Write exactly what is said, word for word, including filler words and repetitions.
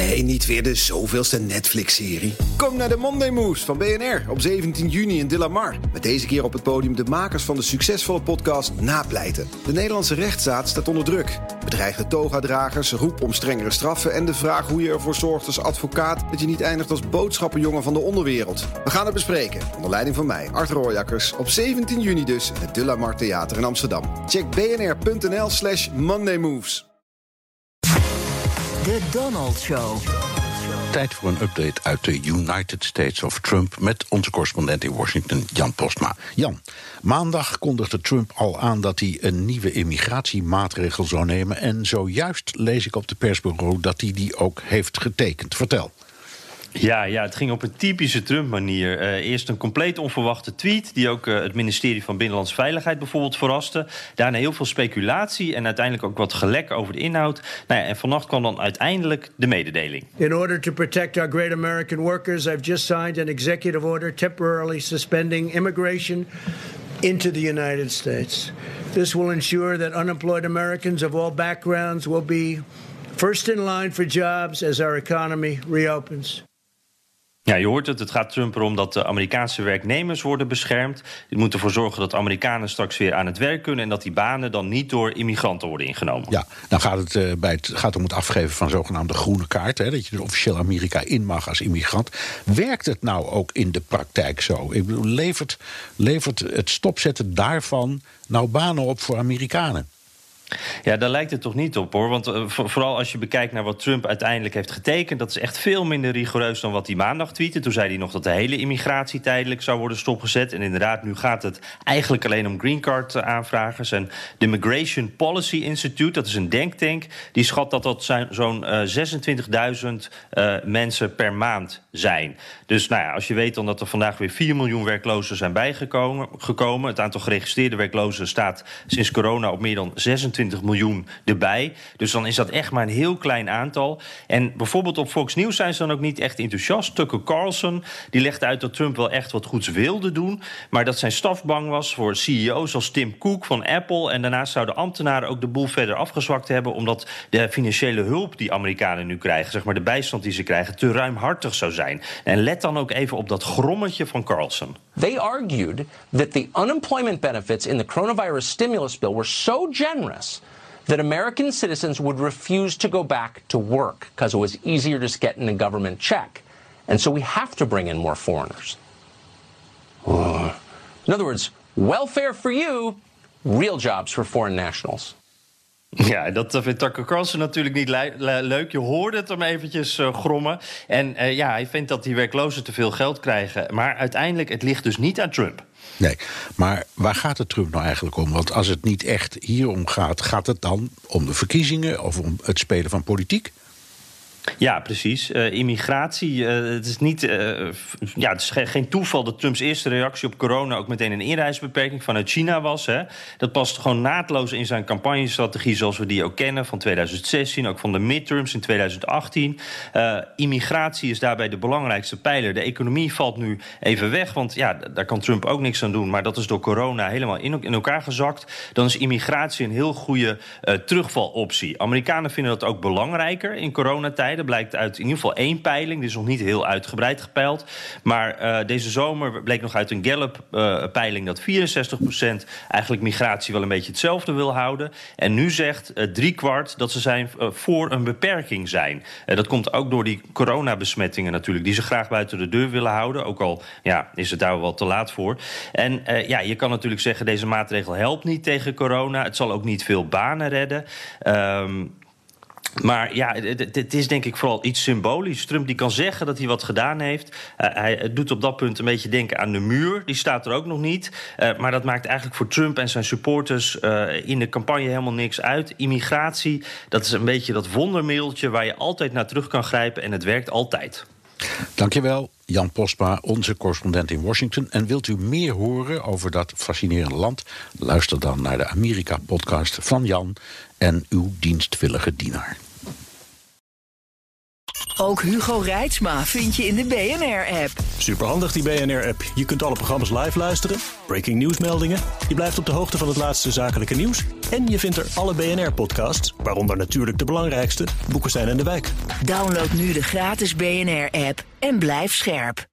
Nee, niet weer de zoveelste Netflix-serie. Kom naar de Monday Moves van B N R op zeventien juni in De La Mar. Met deze keer op het podium de makers van de succesvolle podcast Napleiten. De Nederlandse rechtsstaat staat onder druk. Bedreigde toga-dragers, roep om strengere straffen en de vraag hoe je ervoor zorgt als advocaat dat je niet eindigt als boodschappenjongen van de onderwereld. We gaan het bespreken, onder leiding van mij, Art Rooijakkers, op zeventien juni dus in het De La Mar Theater in Amsterdam. Check bnr.nl slash Monday Moves. De Donald Show. Tijd voor een update uit de United States of Trump met onze correspondent in Washington, Jan Postma. Jan, maandag kondigde Trump al aan dat hij een nieuwe immigratiemaatregel zou nemen. En zojuist lees ik op de persbureau dat hij die ook heeft getekend. Vertel. Ja, ja, het ging op een typische Trump-manier. Uh, eerst een compleet onverwachte tweet die ook uh, het ministerie van Binnenlandse Veiligheid bijvoorbeeld verraste. Daarna heel veel speculatie en uiteindelijk ook wat gelek over de inhoud. Nou ja, en vannacht kwam dan uiteindelijk de mededeling. In order to protect our great American workers, I've just signed an executive order temporarily suspending immigration into the United States. This will ensure that unemployed Americans of all backgrounds will be first in line for jobs as our economy reopens. Ja, je hoort het. Het gaat Trump erom dat de Amerikaanse werknemers worden beschermd. Dit moet ervoor zorgen dat Amerikanen straks weer aan het werk kunnen en dat die banen dan niet door immigranten worden ingenomen. Ja, dan gaat het, uh, bij het gaat om het afgeven van zogenaamde groene kaart. Hè, dat je dus officieel Amerika in mag als immigrant. Werkt het nou ook in de praktijk zo? Ik bedoel, levert, levert het stopzetten daarvan nou banen op voor Amerikanen? Ja, daar lijkt het toch niet op, hoor. Want uh, vooral als je bekijkt naar wat Trump uiteindelijk heeft getekend, dat is echt veel minder rigoureus dan wat hij maandag tweette. Toen zei hij nog dat de hele immigratie tijdelijk zou worden stopgezet. En inderdaad, nu gaat het eigenlijk alleen om green card aanvragers. En de Migration Policy Institute, dat is een denktank, die schat dat dat zijn, zo'n uh, zesentwintigduizend uh, mensen per maand zijn. Dus nou ja, als je weet dan dat er vandaag weer vier miljoen werklozen zijn bijgekomen. Gekomen. Het aantal geregistreerde werklozen staat sinds corona op meer dan zesentwintig miljoen erbij. Dus dan is dat echt maar een heel klein aantal. En bijvoorbeeld op Fox News zijn ze dan ook niet echt enthousiast. Tucker Carlson die legde uit dat Trump wel echt wat goeds wilde doen, maar dat zijn staf bang was voor C E O's als Tim Cook van Apple. En daarnaast zouden ambtenaren ook de boel verder afgezwakt hebben, omdat de financiële hulp die Amerikanen nu krijgen, zeg maar de bijstand die ze krijgen, te ruimhartig zou zijn. En let dan ook even op dat grommetje van Carlson. They argued that the unemployment benefits in the coronavirus stimulus bill were so generous that American citizens would refuse to go back to work because it was easier just getting a government check. And so we have to bring in more foreigners. In other words, welfare for you, real jobs for foreign nationals. Ja, dat vindt Tucker Carlson natuurlijk niet le- le- leuk. Je hoorde het hem eventjes uh, grommen. En uh, ja, hij vindt dat die werklozen te veel geld krijgen. Maar uiteindelijk, het ligt dus niet aan Trump. Nee, maar waar gaat het Trump nou eigenlijk om? Want als het niet echt hierom gaat, gaat het dan om de verkiezingen of om het spelen van politiek? Ja, precies. Uh, immigratie, uh, het is niet, uh, ja, het is ge- geen toeval dat Trumps eerste reactie op corona ook meteen een inreisbeperking vanuit China was. Hè. Dat past gewoon naadloos in zijn campagnestrategie zoals we die ook kennen van tweeduizend zestien, ook van de midterms in tweeduizend achttien. Uh, immigratie is daarbij de belangrijkste pijler. De economie valt nu even weg, want ja, daar kan Trump ook niks aan doen, maar dat is door corona helemaal in, in elkaar gezakt. Dan is immigratie een heel goede uh, terugvaloptie. Amerikanen vinden dat ook belangrijker in coronatijd. Dat blijkt uit in ieder geval één peiling. Dit is nog niet heel uitgebreid gepeild. Maar uh, deze zomer bleek nog uit een Gallup-peiling... Uh, dat vierenzestig procent eigenlijk migratie wel een beetje hetzelfde wil houden. En nu zegt uh, driekwart dat ze zijn, uh, voor een beperking zijn. Uh, dat komt ook door die coronabesmettingen natuurlijk... die ze graag buiten de deur willen houden. Ook al ja, is het daar wel te laat voor. En uh, ja, je kan natuurlijk zeggen... deze maatregel helpt niet tegen corona. Het zal ook niet veel banen redden. Um, Maar ja, het, het is denk ik vooral iets symbolisch. Trump die kan zeggen dat hij wat gedaan heeft. Uh, hij doet op dat punt een beetje denken aan de muur. Die staat er ook nog niet. Uh, maar dat maakt eigenlijk voor Trump en zijn supporters uh, in de campagne helemaal niks uit. Immigratie, dat is een beetje dat wondermiddeltje waar je altijd naar terug kan grijpen. En het werkt altijd. Dankjewel, Jan Postma, onze correspondent in Washington. En wilt u meer horen over dat fascinerende land? Luister dan naar de Amerika-podcast van Jan en uw dienstwillige dienaar. Ook Hugo Reitsma vind je in de B N R-app. Superhandig die B N R-app. Je kunt alle programma's live luisteren, breaking nieuwsmeldingen. Je blijft op de hoogte van het laatste zakelijke nieuws. En je vindt er alle B N R-podcasts, waaronder natuurlijk de belangrijkste, Boekenstein en de Wijk. Download nu de gratis B N R-app en blijf scherp.